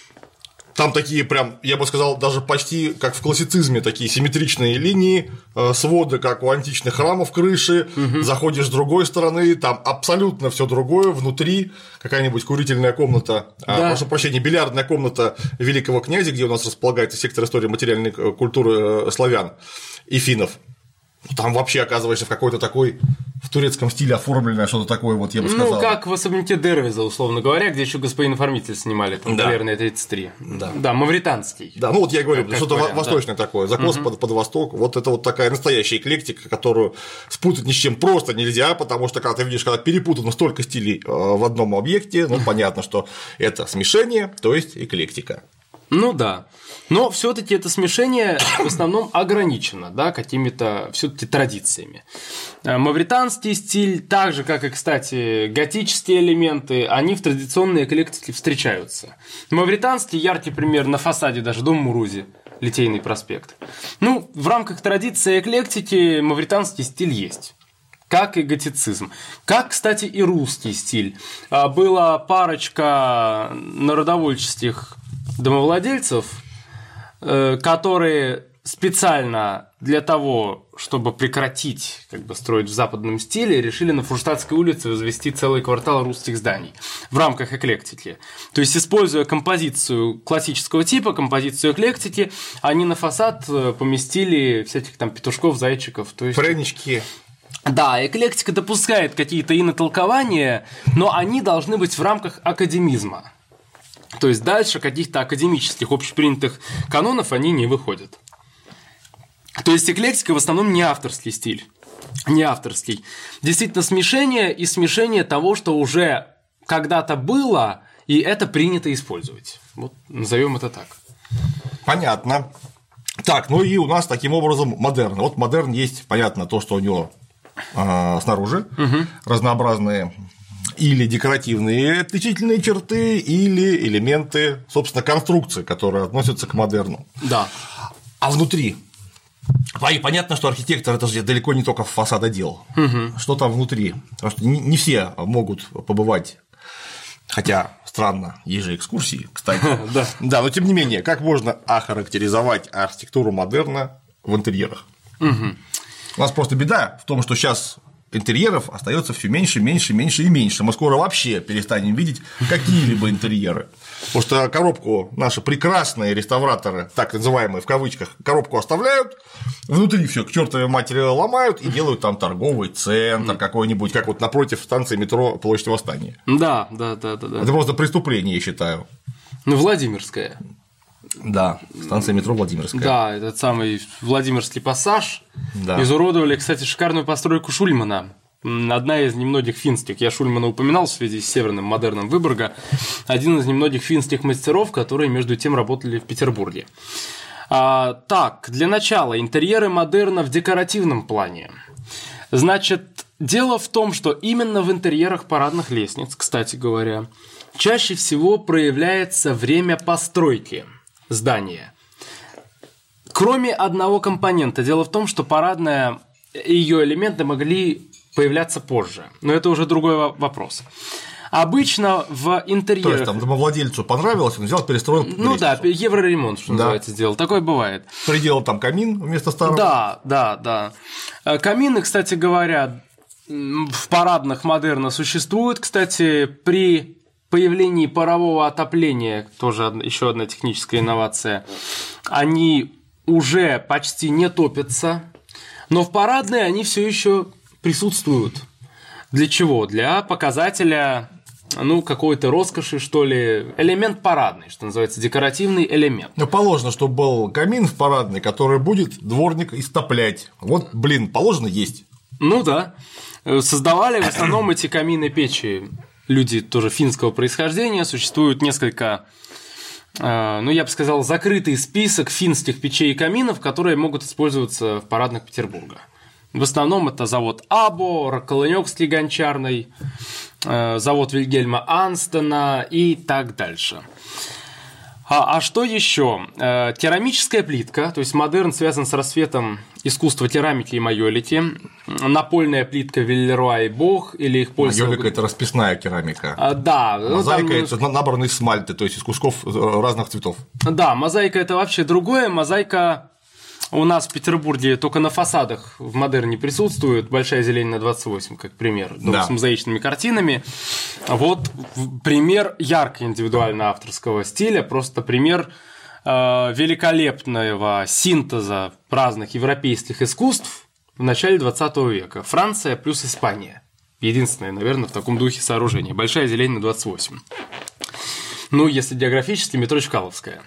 Там такие прям, я бы сказал, даже почти как в классицизме, такие симметричные линии, своды, как у античных храмов, крыши. Заходишь с другой стороны, там абсолютно все другое. Внутри какая-нибудь курительная комната, прошу прощения, бильярдная комната великого князя, где у нас располагается сектор истории материальной культуры славян и финнов. Там вообще оказываешься в какой-то такой в турецком стиле оформленное что-то такое, вот я бы сказал. Ну, как в особняке Дервиза, условно говоря, где еще господин оформитель снимали, там, наверное, 33. Да, мавританский. Да, ну вот я говорю, что-то восточное такое, закос под восток. Вот это вот такая настоящая эклектика, которую спутать ни с чем просто нельзя, потому что когда ты видишь, когда перепутано столько стилей в одном объекте, ну, понятно, что это смешение, то есть эклектика. Ну да. Но все-таки это смешение в основном ограничено, да, какими-то все-таки традициями. Мавританский стиль, так же, как и, кстати, готические элементы, они в традиционной эклектике встречаются. Мавританский яркий пример на фасаде даже дома Мурузи, Литейный проспект. Ну, в рамках традиции эклектики мавританский стиль есть. Как и готицизм. Как, кстати, и русский стиль. Была парочка народовольческих домовладельцев, которые специально для того, чтобы прекратить строить в западном стиле, решили на Фурштадтской улице возвести целый квартал русских зданий в рамках эклектики. То есть, используя композицию классического типа, композицию эклектики, они на фасад поместили всяких там петушков, зайчиков. То есть... Прянички. Да, эклектика допускает какие-то инотолкования, но они должны быть в рамках академизма. То есть дальше каких-то академических общепринятых канонов они не выходят. То есть эклектика в основном не авторский стиль. Не авторский. Действительно смешение и смешение того, что уже когда-то было, и это принято использовать. Вот назовем это так. Понятно. Так, ну и у нас таким образом модерн. Вот модерн есть, понятно, то, что у него снаружи разнообразные или декоративные отличительные черты, или элементы, собственно, конструкции, которые относятся к модерну. Да. А внутри? И понятно, что архитектор – это же далеко не только фасадодел. Что там внутри? Потому что не все могут побывать, хотя странно, есть же экскурсии, кстати. Да, но тем не менее, как можно охарактеризовать архитектуру модерна в интерьерах? У нас просто беда в том, что сейчас интерьеров остается все меньше, меньше, меньше и меньше. Мы скоро вообще перестанем видеть какие-либо интерьеры. Потому что коробку наши прекрасные реставраторы, так называемые в кавычках, коробку оставляют, внутри все к чертовой матери ломают и делают там торговый центр какой-нибудь, как вот напротив станции метро Площадь Восстания. Да. Это просто преступление, я считаю. Ну, Владимирская. Да, станция метро Владимирская. Да, этот самый Владимирский пассаж. Да. Изуродовали, кстати, шикарную постройку Шульмана. Одна из немногих финских, я Шульмана упоминал в связи с северным модерном Выборга, один из немногих финских мастеров, которые между тем работали в Петербурге. Так, для начала, интерьеры модерна в декоративном плане. Значит, дело в том, что именно в интерьерах парадных лестниц, кстати говоря, чаще всего проявляется время постройки здания. Кроме одного компонента. Дело в том, что парадная и ее элементы могли появляться позже. Но это уже другой вопрос. Обычно в интерьерах… То есть, там домовладельцу понравилось, он взял, перестроил лестницу. Ну да, евроремонт, что называется, сделал. Такое бывает. Приделал там камин вместо старого. Да. Камины, кстати говоря, в парадных модерна существуют. Кстати, при появлении парового отопления, тоже еще одна техническая инновация, они уже почти не топятся, но в парадной они все еще присутствуют. Для чего? Для показателя, какой-то роскоши, что ли, элемент парадный, что называется, декоративный элемент. Ну, положено, чтобы был камин в парадной, который будет дворник истоплять. Вот, положено есть. Ну да. Создавали в основном эти камины-печи люди тоже финского происхождения. Существует несколько, я бы сказал, закрытый список финских печей и каминов, которые могут использоваться в парадных Петербурга. В основном это завод Або, Роколынёкский гончарный, завод Вильгельма Анстона и так дальше. А что еще? Керамическая плитка, то есть модерн связан с расцветом искусства керамики и майолики. Напольная плитка Вильлеруа и Бох или их пользование. Майолика – это расписная керамика. Да. Мозаика – это набранный смальты, то есть из кусков разных цветов. Да, мозаика – это вообще другое. Мозаика у нас в Петербурге только на фасадах в модерне присутствует. Большая зелень на 28, как пример, с мозаичными картинами. Вот пример ярко индивидуально авторского стиля, просто пример великолепного синтеза разных европейских искусств в начале 20 века. Франция плюс Испания. Единственное, наверное, в таком духе сооружение. Большая зелень на 28. Если географически, метро Чкаловская.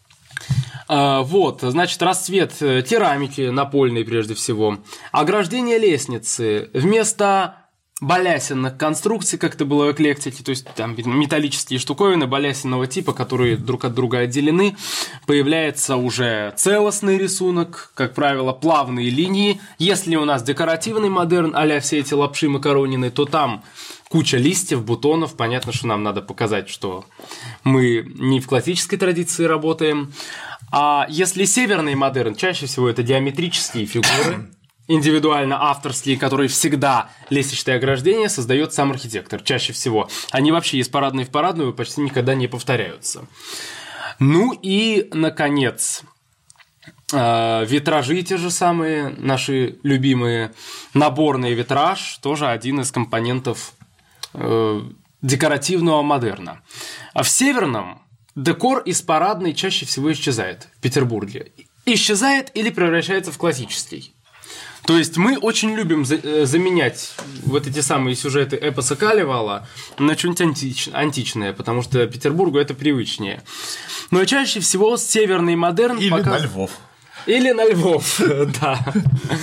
Значит, расцвет керамики, напольной прежде всего, ограждение лестницы, вместо балясинных конструкций, как это было в эклектике, то есть там металлические штуковины балясинного типа, которые друг от друга отделены, появляется уже целостный рисунок, как правило, плавные линии. Если у нас декоративный модерн, а-ля все эти лапши макаронины, то там куча листьев, бутонов. Понятно, что нам надо показать, что мы не в классической традиции работаем. А если северный модерн, чаще всего это геометрические фигуры, индивидуально авторские, которые всегда лестничное ограждение создает сам архитектор, чаще всего. Они вообще из парадной в парадную почти никогда не повторяются. И, наконец, витражи те же самые, наши любимые. Наборный витраж, тоже один из компонентов декоративного модерна. А в северном декор из парадной чаще всего исчезает в Петербурге. Исчезает или превращается в классический. То есть мы очень любим заменять вот эти самые сюжеты эпоса Калевала на что-нибудь античное, потому что Петербургу это привычнее. Но чаще всего северный модерн… Или на Львов. Или на Львов, да.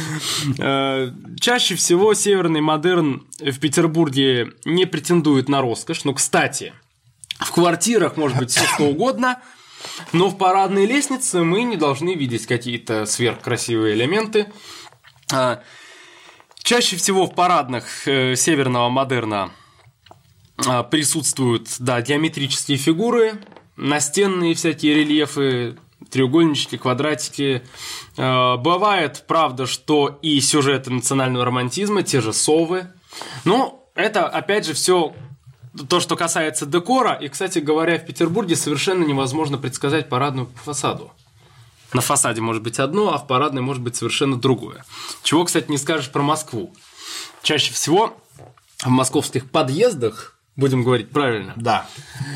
Чаще всего северный модерн в Петербурге не претендует на роскошь. Кстати, в квартирах может быть все что угодно, но в парадной лестнице мы не должны видеть какие-то сверхкрасивые элементы. Чаще всего в парадных северного модерна присутствуют, геометрические фигуры, настенные всякие рельефы, треугольнички, квадратики. Бывает, правда, что и сюжеты национального романтизма, те же совы. Ну, это, опять же, все то, что касается декора. И, кстати говоря, в Петербурге совершенно невозможно предсказать парадную по фасаду. На фасаде может быть одно, а в парадной может быть совершенно другое. Чего, кстати, не скажешь про Москву. Чаще всего в московских подъездах, будем говорить правильно, Да.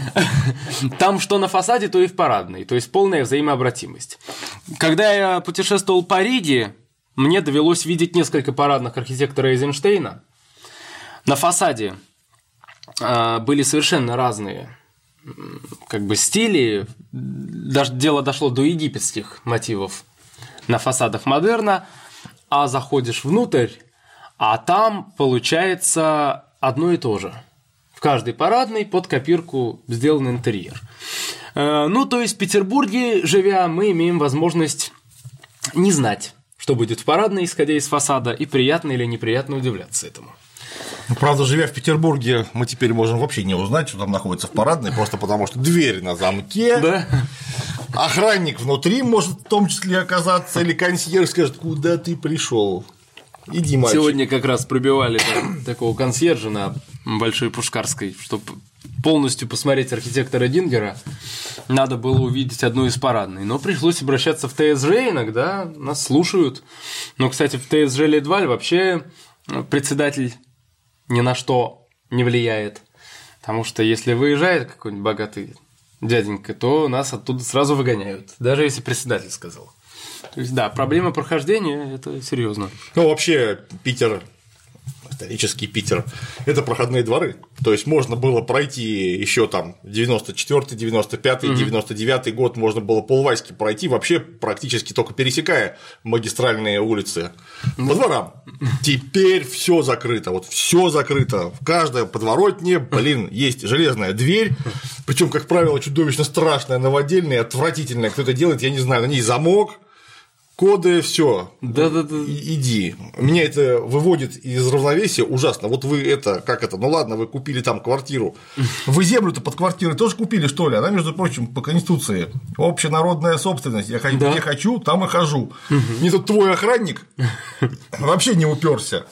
там что на фасаде, то и в парадной. То есть полная взаимообратимость. Когда я путешествовал по Риге, мне довелось видеть несколько парадных архитектора Эйзенштейна. На фасаде были совершенно разные как бы стили. Даже дело дошло до египетских мотивов на фасадах модерна, а заходишь внутрь, а там получается одно и то же. В каждой парадной под копирку сделан интерьер. Ну, то есть в Петербурге, живя, мы имеем возможность не знать, что будет в парадной, исходя из фасада, и приятно или неприятно удивляться этому. Правда, живя в Петербурге, мы теперь можем вообще не узнать, что там находится в парадной, просто потому что дверь на замке, Да? охранник внутри может в том числе оказаться, или консьерж скажет, куда ты пришел. Иди, мальчик. Сегодня как раз пробивали такого консьержа на Большой Пушкарской, чтобы полностью посмотреть архитектора Дингера, надо было увидеть одну из парадной. Но пришлось обращаться в ТСЖ, иногда нас слушают. Но, кстати, в ТСЖ Ледваль вообще председатель ни на что не влияет. Потому что если выезжает какой-нибудь богатый дяденька, то нас оттуда сразу выгоняют, даже если председатель сказал. То есть, да, проблема прохождения – это серьезно. Ну, вообще, Питер, исторический Питер, это проходные дворы. То есть можно было пройти еще там 94-й, 95-й, 99-й год, можно было полваськи пройти, вообще практически только пересекая магистральные улицы по дворам. Теперь все закрыто, вот все закрыто. В каждой подворотне, блин, есть железная дверь, причем, как правило, чудовищно страшная, новодельная, отвратительная. Кто это делает, я не знаю, на ней замок. Коды, все. Да-да-да. Иди. Меня это выводит из равновесия ужасно. Вот вы это, как это, ну ладно, вы купили там квартиру. Вы землю-то под квартирой тоже купили, что ли? Она, между прочим, по Конституции общенародная собственность. Я где хочу, там и хожу. Не тут твой охранник вообще не уперся.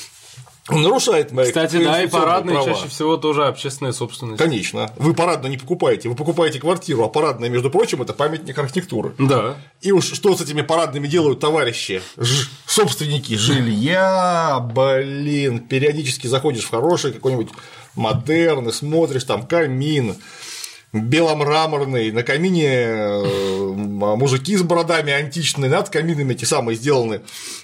Он нарушает мои Кстати, да, и парадные права. чаще всего тоже общественная собственность. Конечно. Вы парадную не покупаете, вы покупаете квартиру, а парадная, между прочим, это памятник архитектуры. Да. И уж что с этими парадными делают товарищи, собственники жилья, блин, периодически заходишь в хороший какой-нибудь модерн и смотришь, там камин беломраморный, на камине мужики с бородами античные, над каминами эти самые сделаны.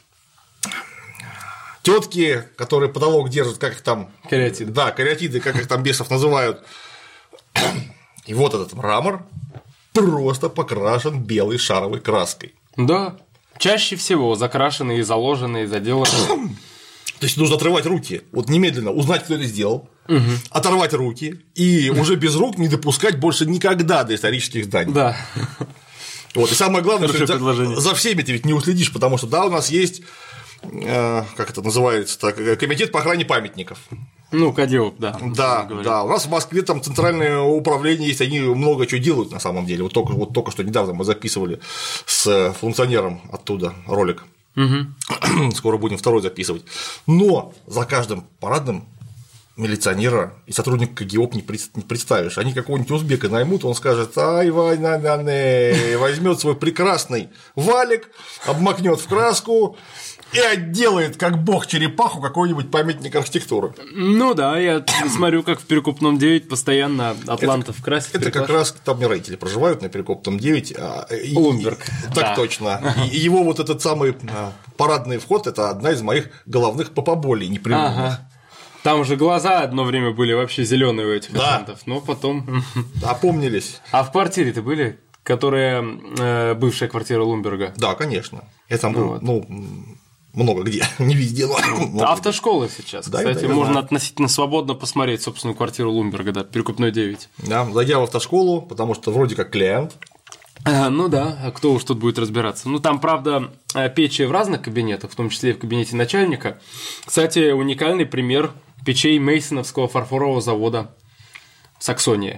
Тетки, которые потолок держат, как их там. Кариатиды. Да, кариатиды, как их там бесов называют. И вот этот мрамор просто покрашен белой шаровой краской. Да. Чаще всего закрашенные, заложенные, заделанные. То есть нужно отрывать руки, вот немедленно узнать, кто это сделал, оторвать руки и уже без рук не допускать больше никогда до исторических зданий. Да. Вот. И самое главное, Хорошее что предложение. за всеми ты ведь не уследишь, потому что да, у нас есть, как это называется, комитет по охране памятников. Ну, КАДИОП, да. Да, у нас в Москве там центральное управление есть, они много чего делают на самом деле. Вот только что недавно мы записывали с функционером оттуда ролик. Скоро будем второй записывать. Но за каждым парадным милиционера и сотрудника КГИОП не представишь. Они какого-нибудь узбека наймут, он скажет: ай, возьмет свой прекрасный валик, обмакнет в краску и отделает, как бог, черепаху какой-нибудь памятник архитектуры. Ну да, я смотрю, как в Перекупном 9 постоянно атлантов красят. Это как раз там рейдеры проживают на Перекопном 9. Лумберг. Так Да. точно. И его вот этот самый парадный вход – это одна из моих головных попоболей непрерывных. Ага. Там же глаза одно время были вообще зеленые у этих атлантов, но потом. Опомнились. А в квартире-то были, которая бывшая квартира Лумберга? Да, конечно. Я там был, много где, не везде, но Автошкола сейчас. Да, Кстати, да, можно знаю. относительно свободно посмотреть собственную квартиру Лумберга, да, Перекупной 9. Да, зайдя в автошколу, потому что вроде как клиент. Ну да, а кто уж тут будет разбираться? Ну там, правда, печи в разных кабинетах, в том числе и в кабинете начальника. Кстати, уникальный пример печей Мейсоновского фарфорового завода в Саксонии.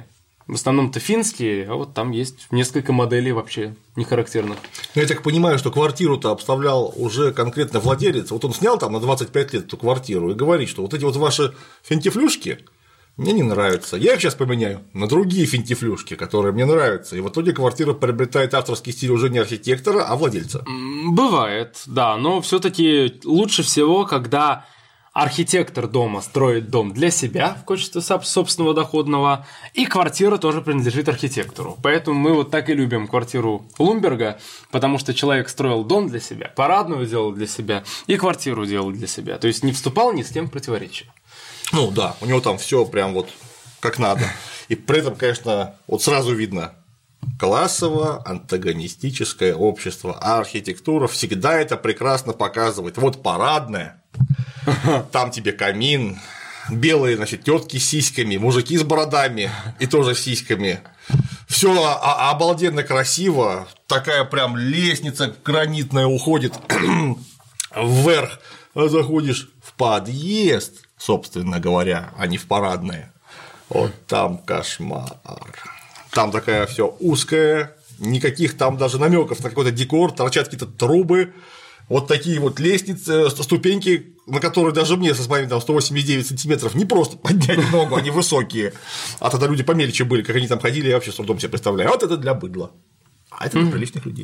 В основном-то финские, а вот там есть несколько моделей вообще не характерных. Я так понимаю, что квартиру-то обставлял уже конкретно владелец. Вот он снял там на 25 лет эту квартиру и говорит, что вот эти вот ваши финтифлюшки мне не нравятся. Я их сейчас поменяю на другие финтифлюшки, которые мне нравятся. И в итоге квартира приобретает авторский стиль уже не архитектора, а владельца. Бывает, да, но все-таки лучше всего, когда архитектор дома строит дом для себя в качестве собственного доходного, и квартира тоже принадлежит архитектору. Поэтому мы вот так и любим квартиру Лумберга, потому что человек строил дом для себя, парадную делал для себя и квартиру делал для себя. То есть не вступал ни с кем в противоречие. Ну да, у него там все прям вот как надо. И при этом, конечно, вот сразу видно классово-антагонистическое общество, а архитектура всегда это прекрасно показывает. Вот парадная, там тебе камин, белые, значит, тетки с сиськами, мужики с бородами и тоже с сиськами. Все обалденно красиво, такая прям лестница гранитная уходит вверх, а заходишь в подъезд, собственно говоря, а не в парадное. Вот там кошмар. Там такая все узкая, никаких там даже намеков на какой-то декор, торчат какие-то трубы, вот такие вот лестницы, ступеньки, на которые даже мне со своими там 189 сантиметров не просто поднять ногу, они высокие. А тогда люди помельче были, как они там ходили, я вообще с трудом себе представляю. А вот это для быдла, а это для приличных людей.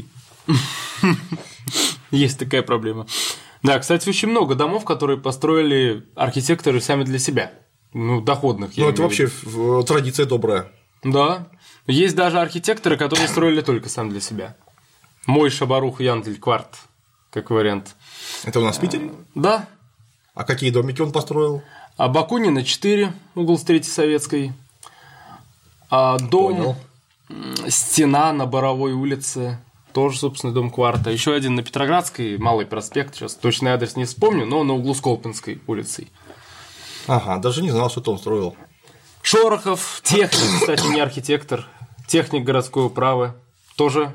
Есть такая проблема. Да, кстати, очень много домов, которые построили архитекторы сами для себя. Ну, доходных. Ну, это вообще традиция добрая. Да. Есть даже архитекторы, которые строили только сам для себя. Мой Шабарух Яндель Кварт, как вариант. Это у нас в Питере? Да. А какие домики он построил? Бакунина 4, угол с 3-й Советской. Дом, стена на Боровой улице. Тоже, собственно, дом Кварта. Еще один на Петроградской, Малый проспект. Сейчас точный адрес не вспомню, но на углу с Колпинской улицей. Ага, даже не знал, что это он строил. Шорохов, техник, кстати, не архитектор, техник городской управы, тоже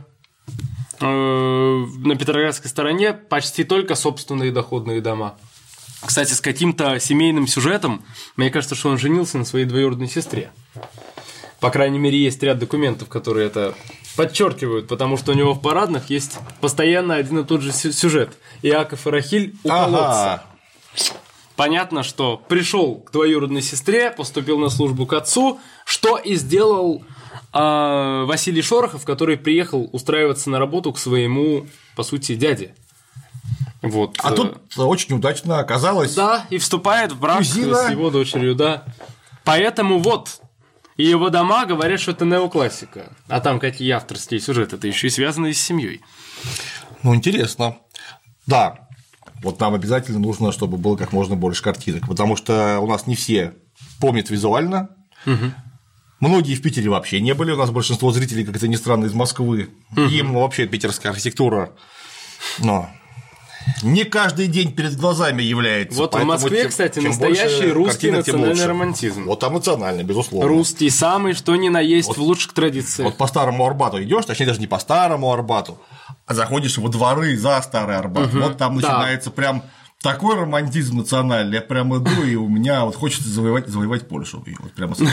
на Петроградской стороне почти только собственные доходные дома. Кстати, с каким-то семейным сюжетом, мне кажется, что он женился на своей двоюродной сестре. По крайней мере, есть ряд документов, которые это подчеркивают, потому что у него в парадных есть постоянно один и тот же сюжет. Иаков и Рахиль у колодца. Понятно, что пришел к двоюродной сестре, поступил на службу к отцу, что и сделал Василий Шорохов, который приехал устраиваться на работу к своему, по сути, дяде. Вот. А тут очень удачно оказалось. Да, и вступает в брак с его дочерью, да. Поэтому вот, и его дома говорят, что это неоклассика. А там какие авторские сюжеты, это еще и связанные с семьей. Ну, интересно. Да. Вот нам обязательно нужно, чтобы было как можно больше картинок, потому что у нас не все помнят визуально. Угу. Многие в Питере вообще не были, у нас большинство зрителей, как это ни странно, из Москвы. Им вообще питерская архитектура, но не каждый день перед глазами является. Вот в Москве, кстати, настоящий русский национальный романтизм. Вот там национальный, безусловно. Русский самый, что ни на есть вот, в лучших традициях. Вот по Старому Арбату идешь, точнее даже не по Старому Арбату, а заходишь во дворы за Старый Арбат. Вот там начинается прям такой романтизм национальный. Я прям иду, и у меня вот хочется завоевать Польшу. И вот прямо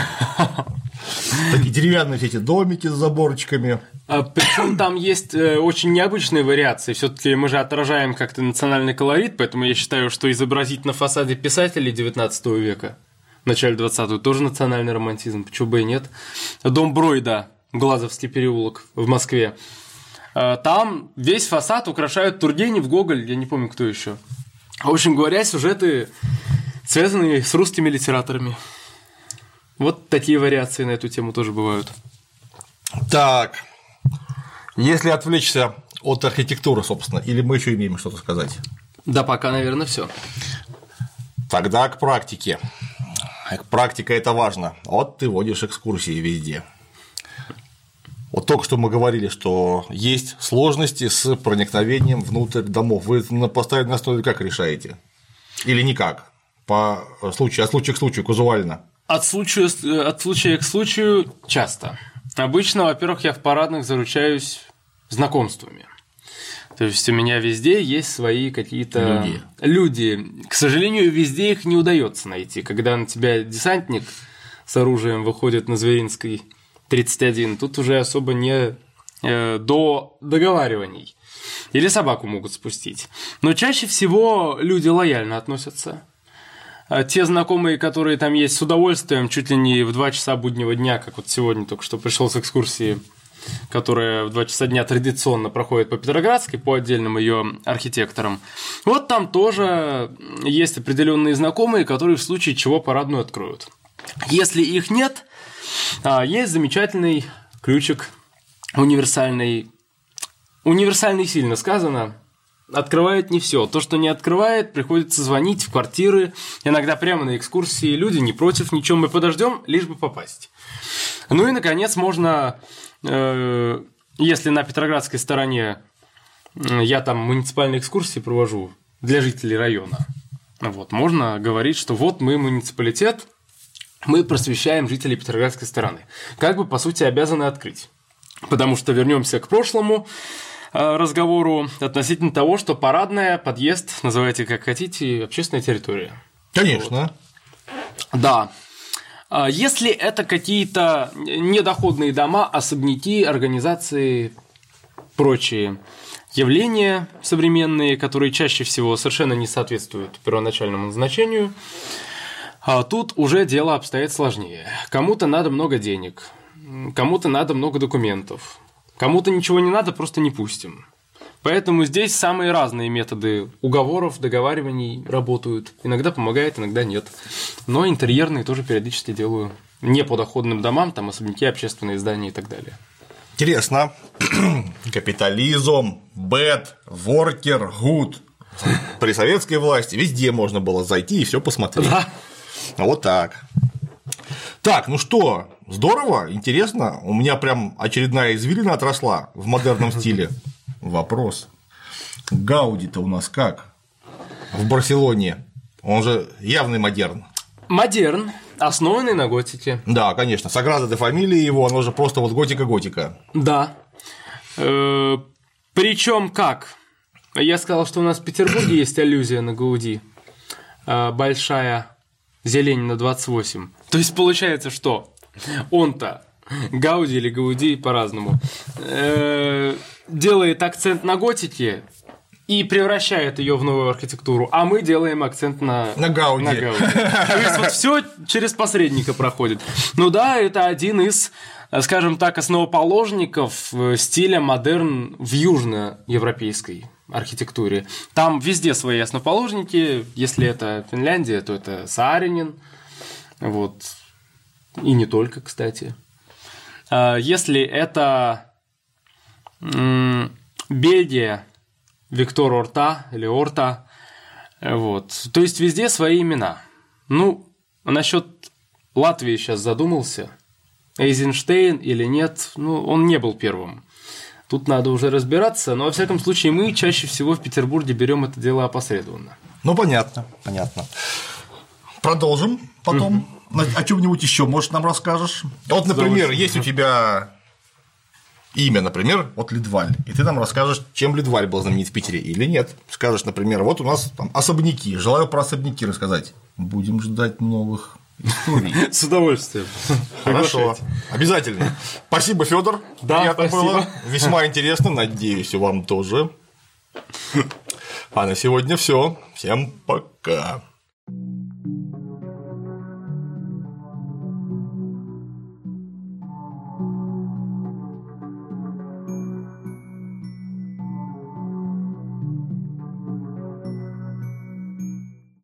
такие деревянные все эти домики с заборчиками. Причем там есть очень необычные вариации. Все-таки мы же отражаем как-то национальный колорит, поэтому я считаю, что изобразить на фасаде писателей 19 века, в начале 20-го, тоже национальный романтизм, почему бы и нет. Дом Бройда, Глазовский переулок в Москве. Там весь фасад украшают Тургенев, Гоголь, я не помню, кто еще. В общем говоря, сюжеты, связанные с русскими литераторами. Вот такие вариации на эту тему тоже бывают. Так, если отвлечься от архитектуры, собственно, или мы еще имеем что-то сказать? Да, пока, наверное, все. Тогда к практике. Практика – это важно. Вот ты водишь экскурсии везде. Вот только что мы говорили, что есть сложности с проникновением внутрь домов. Вы на постоянной основе как решаете? Или никак? От случая к случаю, казуально? От случая к случаю часто. Обычно, во-первых, я в парадных заручаюсь знакомствами. То есть у меня везде есть свои какие-то люди. К сожалению, везде их не удается найти. Когда на тебя десантник с оружием выходит на Зверинской 31, тут уже особо не до договариваний. Или собаку могут спустить. Но чаще всего люди лояльно относятся. Те знакомые, которые там есть, с удовольствием, чуть ли не в 2 часа буднего дня, как вот сегодня только что пришел с экскурсии, которая в 2 часа дня традиционно проходит по Петроградской, по отдельным ее архитекторам. Вот там тоже есть определенные знакомые, которые в случае чего парадную откроют. Если их нет, есть замечательный ключик универсальный. Универсальный сильно сказано. Открывает не все. То, что не открывает, приходится звонить в квартиры. Иногда прямо на экскурсии. Люди не против, ничего, мы подождем, лишь бы попасть. Ну и, наконец, можно, если на Петроградской стороне я там муниципальные экскурсии провожу для жителей района, вот, можно говорить, что вот мы муниципалитет, мы просвещаем жителей Петроградской стороны. Как бы, по сути, обязаны открыть. Потому что вернемся к прошлому разговору относительно того, что парадная, подъезд, называйте как хотите, общественная территория. Конечно. Вот. Да. Если это какие-то недоходные дома, особняки, организации, прочие явления современные, которые чаще всего совершенно не соответствуют первоначальному назначению, тут уже дело обстоит сложнее. Кому-то надо много денег, кому-то надо много документов. Кому-то ничего не надо, просто не пустим. Поэтому здесь самые разные методы уговоров, договариваний работают. Иногда помогает, иногда нет. Но интерьерные тоже периодически делаю. Не по доходным домам, там особняки, общественные здания и так далее. Интересно. Капитализм, бэд, воркер, гуд. При советской власти везде можно было зайти и все посмотреть. Да. Вот так. Так, ну что, здорово, интересно. У меня прям очередная извилина отросла в модерном стиле. Вопрос. Гауди-то у нас как? В Барселоне. Он же явный модерн. Модерн, основанный на готике. Да, конечно. Саграда де Фамилия его, оно же просто вот готика-готика. Да. Причем как? Я сказал, что у нас в Петербурге есть аллюзия на Гауди. Большая Зеленина 28. То есть получается, что он-то, Гауди или Гауди по-разному, делает акцент на готике и превращает ее в новую архитектуру, а мы делаем акцент на Гауди. То есть вот все через посредника проходит. Ну да, это один из, скажем так, основоположников стиля модерн в южноевропейской архитектуре. Там везде свои основоположники. Если это Финляндия, то это Сааринен. Вот. И не только, кстати. Если это Бельгия, Виктор Орта или Орта. Вот. То есть везде свои имена. Ну, насчет Латвии сейчас задумался. Эйзенштейн или нет, ну, он не был первым. Тут надо уже разбираться, но, во всяком случае, мы чаще всего в Петербурге берем это дело опосредованно. Ну, понятно, понятно. Продолжим потом. О чем-нибудь еще, может, нам расскажешь? Вот, например, есть у тебя имя, например, вот Лидваль, и ты нам расскажешь, чем Лидваль был знаменит в Питере или нет. Скажешь, например, вот у нас там особняки, желаю про особняки рассказать. Будем ждать новых историй. С удовольствием. Хорошо, обязательно. Спасибо, Федор. Да, приятно спасибо. было. Весьма интересно, надеюсь, и вам тоже. А на сегодня все. Всем пока.